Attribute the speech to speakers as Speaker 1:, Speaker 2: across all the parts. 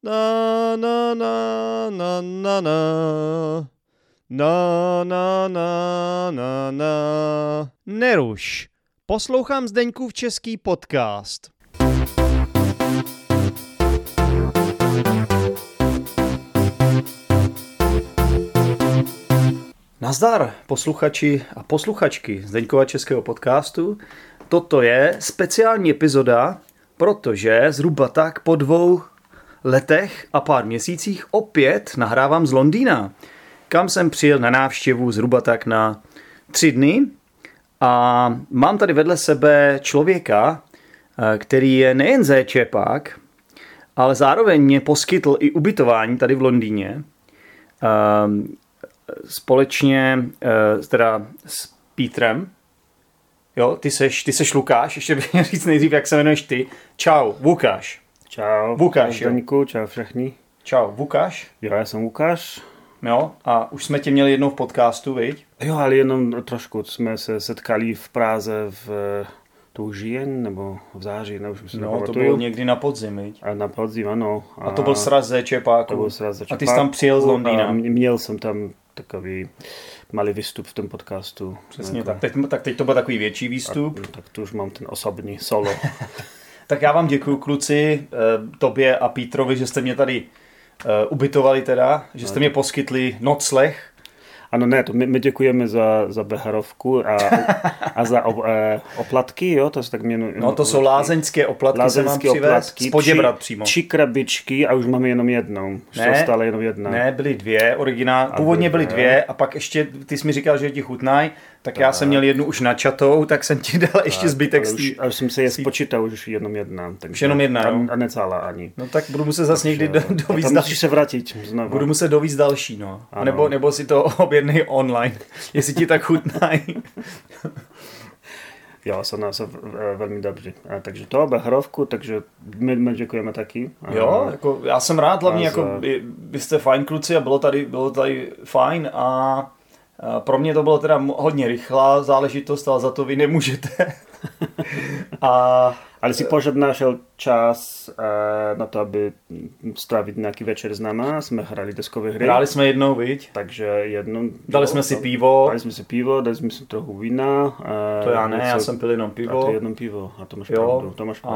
Speaker 1: Na na na na na na. Na na na na na. Neruš. Poslouchám Zdeňkův český podcast. Nazdar, posluchači a posluchačky Zdeňkova českého podcastu. Toto je speciální epizoda, protože zhruba tak po 2 letech a pár měsících opět nahrávám z Londýna, kam jsem přijel na návštěvu zhruba tak na 3 dny. A mám tady vedle sebe člověka, který je nejen zéčepák, ale zároveň mě poskytl i ubytování tady v Londýně. Společně teda s Pítrem. Jo, ty seš Lukáš, ještě bych měl říct nejdřív, jak se jmenuješ ty. Čau, Lukáš.
Speaker 2: Čau,
Speaker 1: Lukáš,
Speaker 2: Zdeňku, čau všichni.
Speaker 1: Čau, Lukáš.
Speaker 2: Jo, já jsem Lukáš.
Speaker 1: Jo, a už jsme tě měli jednou v podcastu, viď?
Speaker 2: Jo, ale jenom trošku jsme se setkali v Praze v tu říjen, nebo v září, ne, už myslím.
Speaker 1: No, to bylo někdy na podzim, viď?
Speaker 2: A na podzim, ano.
Speaker 1: A to byl sraz zéčepáku.
Speaker 2: To byl sraz zéčepáku.
Speaker 1: A ty jsi tam přijel z Londýna.
Speaker 2: Měl jsem tam takový malý výstup v tom podcastu.
Speaker 1: Přesně tak. Teď to byl takový větší výstup.
Speaker 2: Tak tu už mám ten osobní solo.
Speaker 1: Tak já vám děkuju, kluci, tobě a Pítrovi, že jste mě tady ubytovali teda, že jste mě poskytli nocleh.
Speaker 2: Ano, ne, to my děkujeme za beharovku a za oplatky, jo, to se tak jmenuje.
Speaker 1: No to jsou lázeňské oplatky, jsem vám přivez, z Poděbrad přímo.
Speaker 2: 3 krabičky a už máme jenom jednou, stále jenom jedna.
Speaker 1: Ne, byly 2, originál, původně byly 2 a pak ještě, ty jsi mi říkal, že ti chutnají, tak já jsem měl jednu už načatou, tak jsem ti dal ještě zbytek z té.
Speaker 2: A už jsem se je spočítal, už jenom jedna.
Speaker 1: Už jenom jedna, jo?
Speaker 2: A necelá ani.
Speaker 1: No tak budu muset zase někdy dovíc další.
Speaker 2: Musíš se vrátit znovu.
Speaker 1: Budu muset dovíc další, no. Nebo si to objednej online, jestli ti tak chutnají.
Speaker 2: Jo, jsou velmi dobře. Takže to, beharovku, takže my děkujeme taky.
Speaker 1: Jo, jako já jsem rád, hlavně jako vy jste fajn kluci a bylo tady fajn a pro mě to bylo teda hodně rychlá záležitost, ale za to vy nemůžete.
Speaker 2: Ale si pořád našel čas na to, aby strávit nějaký večer s náma. Jsme hráli deskové hry.
Speaker 1: Hráli jsme jednou, viď?
Speaker 2: Takže jednou.
Speaker 1: Dali jsme si pivo,
Speaker 2: dali jsme si trochu vína.
Speaker 1: To já ne, já jsem pil jenom pivo.
Speaker 2: A to jedno pivo, a to máš pravdu.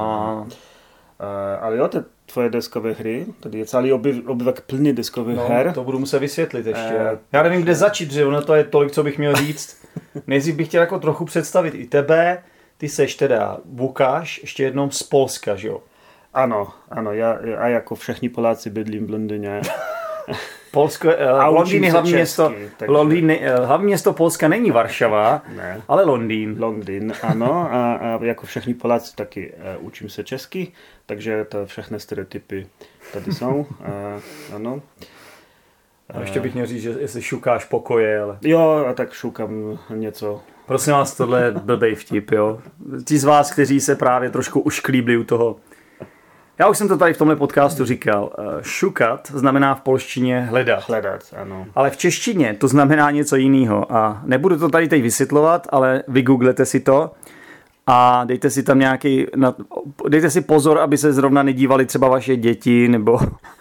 Speaker 2: Ale jo, tvoje deskové hry, tady je celý obyvek plný deskových her.
Speaker 1: To budu muset vysvětlit ještě. Já nevím, kde začít, že ono to je tolik, co bych měl říct. Nejdřív bych chtěl jako trochu představit i tebe. Ty seš teda Lukáš, ještě jednou z Polska, že jo?
Speaker 2: Ano, já jako všichni Poláci bydlím v Londýně.
Speaker 1: Polsko, Londýn je hlavní město. Hlavní město Polska není Varšava, ne, ale Londýn.
Speaker 2: Londýn, ano. A jako všichni Poláci taky učím se česky, takže to všechny stereotypy tady jsou. Ano.
Speaker 1: A ještě bych měl říct, že jestli šukáš pokoje, ale...
Speaker 2: Jo, a tak šukám něco.
Speaker 1: Prosím vás, tohle je blbej vtip, jo. Ti z vás, kteří se právě trošku ušklíbli u toho. Já už jsem to tady v tomhle podcastu říkal. Šukat znamená v polštině hledat.
Speaker 2: Hledat, ano.
Speaker 1: Ale v češtině to znamená něco jiného. A nebudu to tady teď vysvětlovat, ale vygooglete si to a dejte si tam dejte si pozor, aby se zrovna nedívali třeba vaše děti, nebo...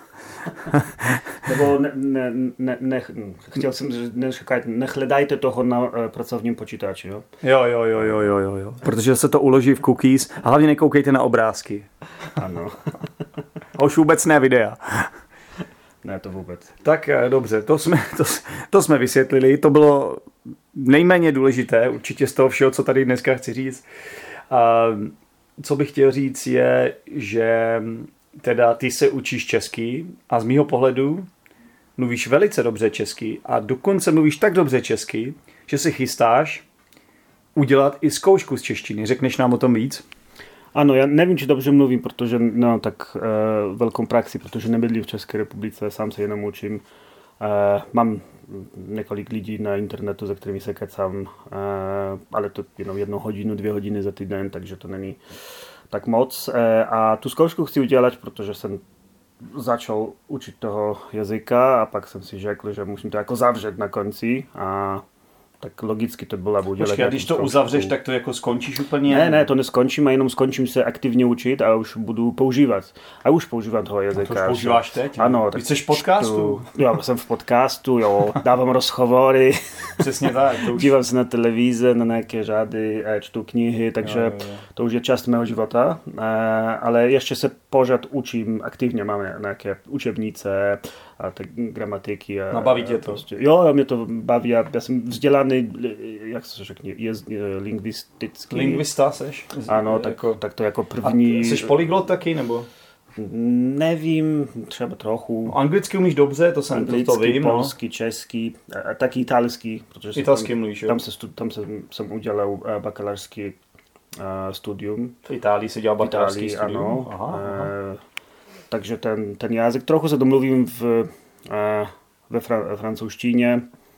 Speaker 2: Nebo chtěl jsem říkat, nehledajte toho na pracovním počítači, jo?
Speaker 1: Jo. Protože se to uloží v cookies a hlavně nekoukejte na obrázky.
Speaker 2: Ano.
Speaker 1: A už vůbec ne videa.
Speaker 2: Ne, to vůbec.
Speaker 1: Tak dobře, to jsme vysvětlili. To bylo nejméně důležité, určitě z toho všeho, co tady dneska chci říct. Co bych chtěl říct je, že teda ty se učíš česky a z mýho pohledu mluvíš velice dobře česky a dokonce mluvíš tak dobře česky, že se chystáš udělat i zkoušku z češtiny. Řekneš nám o tom víc?
Speaker 2: Ano, já nevím, či dobře mluvím, protože tak velkou praxi, protože nebydlím v České republice, sám se jenom učím. Mám několik lidí na internetu, se kterými se kecám, ale to jenom 1 hodinu, 2 hodiny za týden, takže to není tak moc. A tu zkoušku chci udělat, protože jsem začal učit toho jazyka a pak jsem si řekl, že musím to jako zavřet na konci a tak logicky to byla udělat.
Speaker 1: Počkej, a když to uzavřeš, tak to jako skončíš úplně?
Speaker 2: Ne, to neskončím, a jenom skončím se aktivně učit a už budu používat. A už používám toho jazyka.
Speaker 1: To už používáš teď?
Speaker 2: Ano.
Speaker 1: Ty jsi v podcastu?
Speaker 2: Jo, jsem v podcastu, jo, dávám rozhovory.
Speaker 1: Přesně tak.
Speaker 2: Dívám se na televize, na nějaké řády, čtu knihy, takže to už je část mého života. Ale ještě se pořád učím aktivně, máme nějaké učebnice a tak gramatiky.
Speaker 1: Baví tě to?
Speaker 2: Prostě, jo, mě to baví. Já jsem vzdělaný, jak se řekne, lingvistický.
Speaker 1: Lingvista seš?
Speaker 2: Ano, tak to jako první.
Speaker 1: A jsi polyglot taky, nebo?
Speaker 2: Nevím, třeba trochu.
Speaker 1: Anglicky umíš dobře, to vím.
Speaker 2: Polský, český, a taky italský.
Speaker 1: Italsky mluvíš, jo?
Speaker 2: Tam jsem udělal bakalářský studium.
Speaker 1: V Itálii si dělal bakalářský studium?
Speaker 2: Ano. Aha. Takže ten jazyk, trochu se domluvím ve francouzštině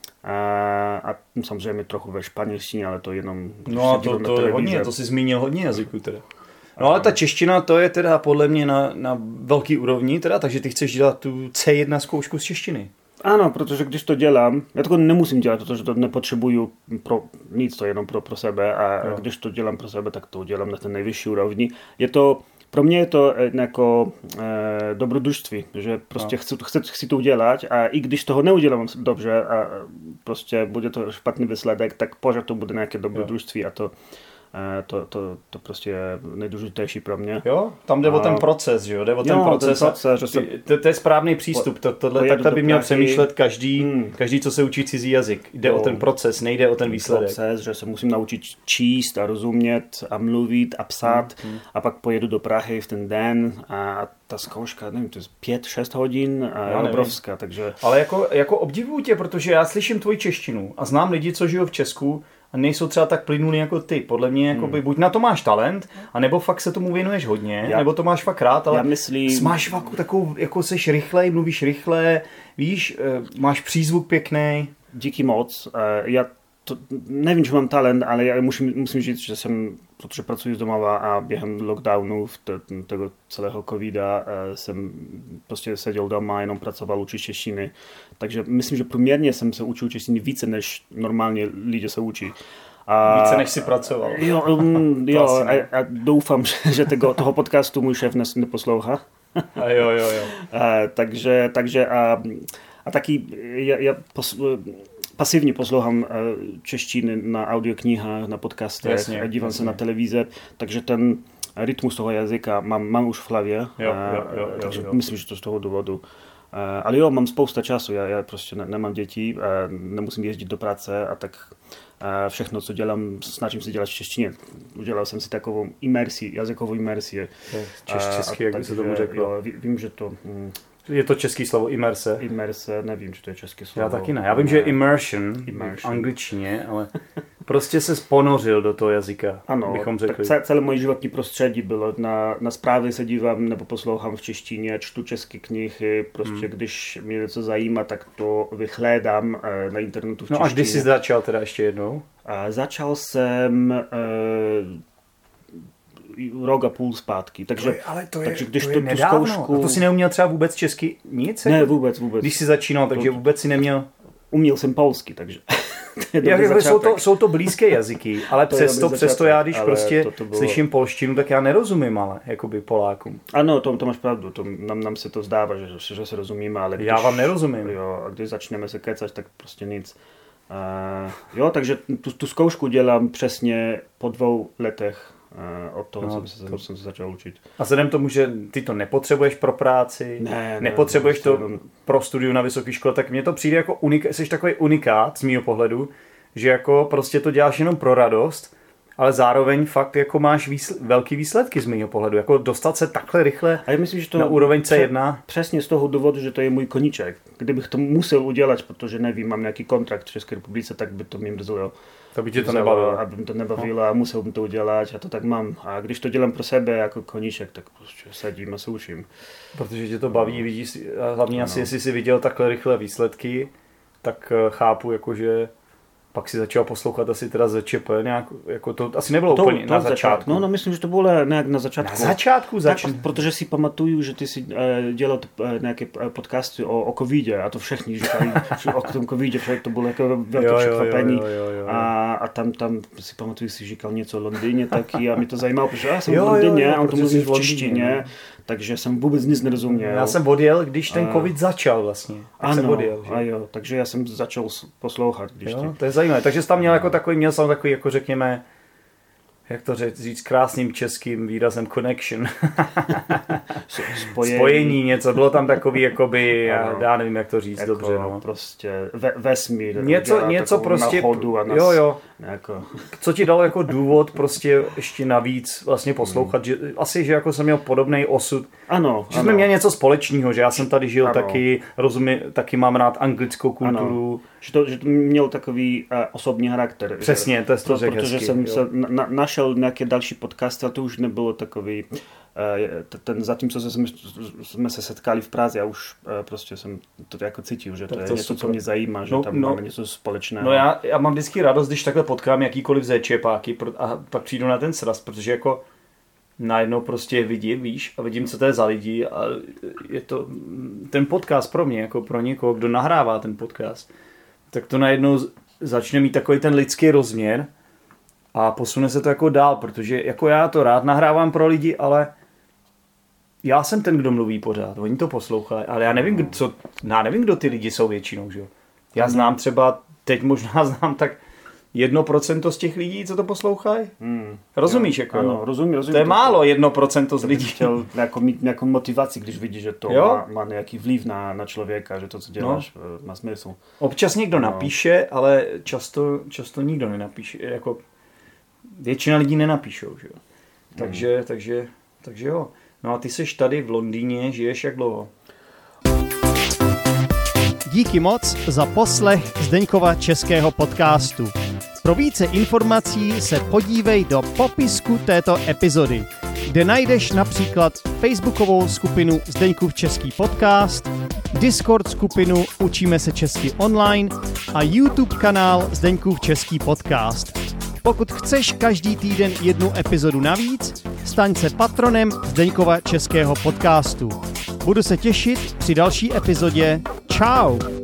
Speaker 2: a samozřejmě trochu ve španělštině, ale to jenom...
Speaker 1: No to je hodně, to jsi zmínil hodně jazyků teda. No ale ta čeština, to je teda podle mě na velký úrovni, teda, takže ty chceš dělat tu C1 zkoušku z češtiny.
Speaker 2: Ano, protože když to dělám, já to nemusím dělat, protože to nepotřebuju pro nic, to je jenom pro sebe a když to dělám pro sebe, tak to dělám na ten nejvyšší úrovni. Pro mě je to jako dobrodružství, že prostě chci to udělat a i když toho neudělám dobře a prostě bude to špatný výsledek, tak pořád to bude nějaké dobrodružství a to prostě je nejdůležitější pro mě.
Speaker 1: Jo, tam jde o ten proces, že jo? Jde o ten proces. To je správný přístup. Takhle by měl přemýšlet každý, co se učí cizí jazyk. Jde o ten proces, nejde o ten výsledek.
Speaker 2: Proces, že se musím naučit číst a rozumět a mluvit a psát a pak pojedu do Prahy v ten den a ta zkouška, nevím, to je 5-6 hodin a je obrovská, takže...
Speaker 1: Ale jako obdivuju tě, protože já slyším tvoji češtinu a znám lidi, co žijou v Česku a nejsou třeba tak plynulí jako ty. Podle mě jakoby, buď na to máš talent, anebo fakt se tomu věnuješ hodně, nebo to máš fakt rád, ale máš takovou, jako seš rychlej, mluvíš rychle, víš, máš přízvuk pěkný.
Speaker 2: Díky moc. Nevím, že mám talent, ale já musím říct, že protože pracuji z domova a během lockdownu tego celého covida jsem prostě seděl doma a jenom pracoval, učil češtiny. Takže myslím, že průměrně jsem se učil češtiny více, než normálně lidé se učí.
Speaker 1: Více než si pracoval.
Speaker 2: Jo, a doufám, že toho podcastu můj šéf neposlouchá.
Speaker 1: Jo.
Speaker 2: Takže taky já pasivně poslouchám češtiny na audioknihách, na podcastech a dívám se na televize, takže ten rytmus toho jazyka mám už v hlavě. Takže myslím, že to z toho důvodu. Ale jo, mám spousta času, já prostě nemám děti, nemusím jezdit do práce a tak všechno, co dělám, snažím se dělat v češtině. Udělal jsem si takovou jazykovou imersi.
Speaker 1: Český, jak by se tomu řeklo.
Speaker 2: Jo, vím, že to...
Speaker 1: Je to český slovo imerse?
Speaker 2: Imerse, nevím, že to je české slovo.
Speaker 1: Já taky ne. Já vím, že je immersion v angličtině, ale prostě se ponořil do toho jazyka, bychom řekli.
Speaker 2: Tak celé moje životní prostředí bylo. Na zprávy se dívám nebo poslouchám v češtině, čtu české knihy, prostě když mě něco zajímá, tak to vyhlédám na internetu v češtině.
Speaker 1: No a když jsi začal teda ještě jednou?
Speaker 2: Začal jsem... rok a půl zpátky. Takže když
Speaker 1: to je nedávno. Zkoušku... A to si neuměl třeba vůbec česky nic?
Speaker 2: Ne, vůbec.
Speaker 1: Když jsi začínal, takže vůbec si neměl...
Speaker 2: Uměl jsem polsky, takže...
Speaker 1: jsou to blízké jazyky, ale přesto já, když prostě slyším polštinu, tak já nerozumím, ale jakoby Polákům.
Speaker 2: Ano, to máš pravdu, nám se to zdává, že se rozumíme, ale
Speaker 1: já vám nerozumím.
Speaker 2: Jo, a když začneme se kecat, tak prostě nic. Jo, takže tu zkoušku dělám přesně po 2 letech. Od toho jsem se začal učit.
Speaker 1: A vzhledem tomu, že ty to nepotřebuješ pro práci, nepotřebuješ to pro studium na vysoké škole, tak mně to přijde jako jsi takový unikát z mýho pohledu, že jako prostě to děláš jenom pro radost, ale zároveň fakt jako máš velký výsledky z mýho pohledu, jako dostat se takhle rychle
Speaker 2: a já myslím, že to
Speaker 1: na úroveň C1.
Speaker 2: Přesně z toho důvodu, že to je můj koníček. Kdybych to musel udělat, protože nevím, mám nějaký kontrakt v České republice, tak by to mě mrzelo.
Speaker 1: To by tě to nebavilo.
Speaker 2: Aby to nebavilo a musel bych to udělat, já to tak mám. A když to dělám pro sebe jako koníček, tak prostě sedím a se učím.
Speaker 1: Protože tě to baví, vidíš, hlavně asi, jestli jsi viděl takhle rychlé výsledky, tak chápu, jakože pak si začal poslouchat asi teda ZČP nějak, jako to asi nebylo úplně na začátku.
Speaker 2: No, myslím, že to bylo nějak na začátku.
Speaker 1: Na začátku
Speaker 2: tak, protože si pamatuju, že ty si dělal nějaké podcasty o covidě a to všichni říkali, o tom covidě, však to bylo jako velké překvapení. A tam si pamatuju, si říkal něco o Londýně taky a mě to zajímalo, protože já jsem v Londýně a on to mluví v češtině, takže jsem vůbec nic nerozuměl.
Speaker 1: Já jsem odjel, když ten covid začal vlastně.
Speaker 2: Ano, takže já jsem začal poslouchat.
Speaker 1: To je zajímavé. Takže jsi tam měl jako takový, jako řekněme, jak to říct krásným českým výrazem connection. Spojení něco. Bylo tam takový, jakoby, já nevím, jak to říct jako, dobře. No.
Speaker 2: Prostě vesmír.
Speaker 1: Něco prostě.
Speaker 2: A nás, jako.
Speaker 1: Co ti dalo jako důvod prostě ještě navíc vlastně poslouchat, že asi, že jako jsem měl podobný osud.
Speaker 2: Ano.
Speaker 1: Že jsme měli něco společného, že já jsem tady žil taky, taky mám rád anglickou kulturu.
Speaker 2: Ano. Že to měl takový osobní charakter.
Speaker 1: Přesně, to je to řekl
Speaker 2: protože
Speaker 1: hezky,
Speaker 2: jsem se našel nějaké další podcasty, ale to už nebylo takový, zatímco jsme se setkali v Praze, já už prostě jsem to jako cítil, že to je něco, super. Co mě zajímá, že tam máme něco společného.
Speaker 1: No já mám vždycky radost, když takhle potkám jakýkoliv ZČPáky a pak přijdu na ten sraz, protože jako najednou prostě vidím, víš, a vidím, co to je za lidi a je to ten podcast pro mě, jako pro někoho, kdo nahrává ten podcast, tak to najednou začne mít takový ten lidský rozměr a posune se to jako dál, protože jako já to rád nahrávám pro lidi, ale já jsem ten, kdo mluví pořád, oni to poslouchají, ale já nevím, kdo ty lidi jsou většinou, že jo. Já znám třeba, teď možná znám tak 1% z těch lidí, co to poslouchají. Rozumíš, jako
Speaker 2: ano, rozumím.
Speaker 1: To je málo 1% z lidí.
Speaker 2: Chtěl mít nějakou motivaci, když vidíš, že to má nějaký vliv na člověka, že to, co děláš, má smysl.
Speaker 1: Občas někdo napíše, ale často nikdo nenapíše. Jako většina lidí nenapíšou, že jo. Takže jo. No a ty seš tady v Londýně, žiješ jak dlouho?
Speaker 3: Díky moc za poslech Zdeňkova českého podcastu. Pro více informací se podívej do popisku této epizody, kde najdeš například facebookovou skupinu Zdeňkův český podcast, Discord skupinu Učíme se česky online a YouTube kanál Zdeňkův český podcast. Pokud chceš každý týden jednu epizodu navíc, staň se patronem Zdeňkova českého podcastu. Budu se těšit při další epizodě. Čau!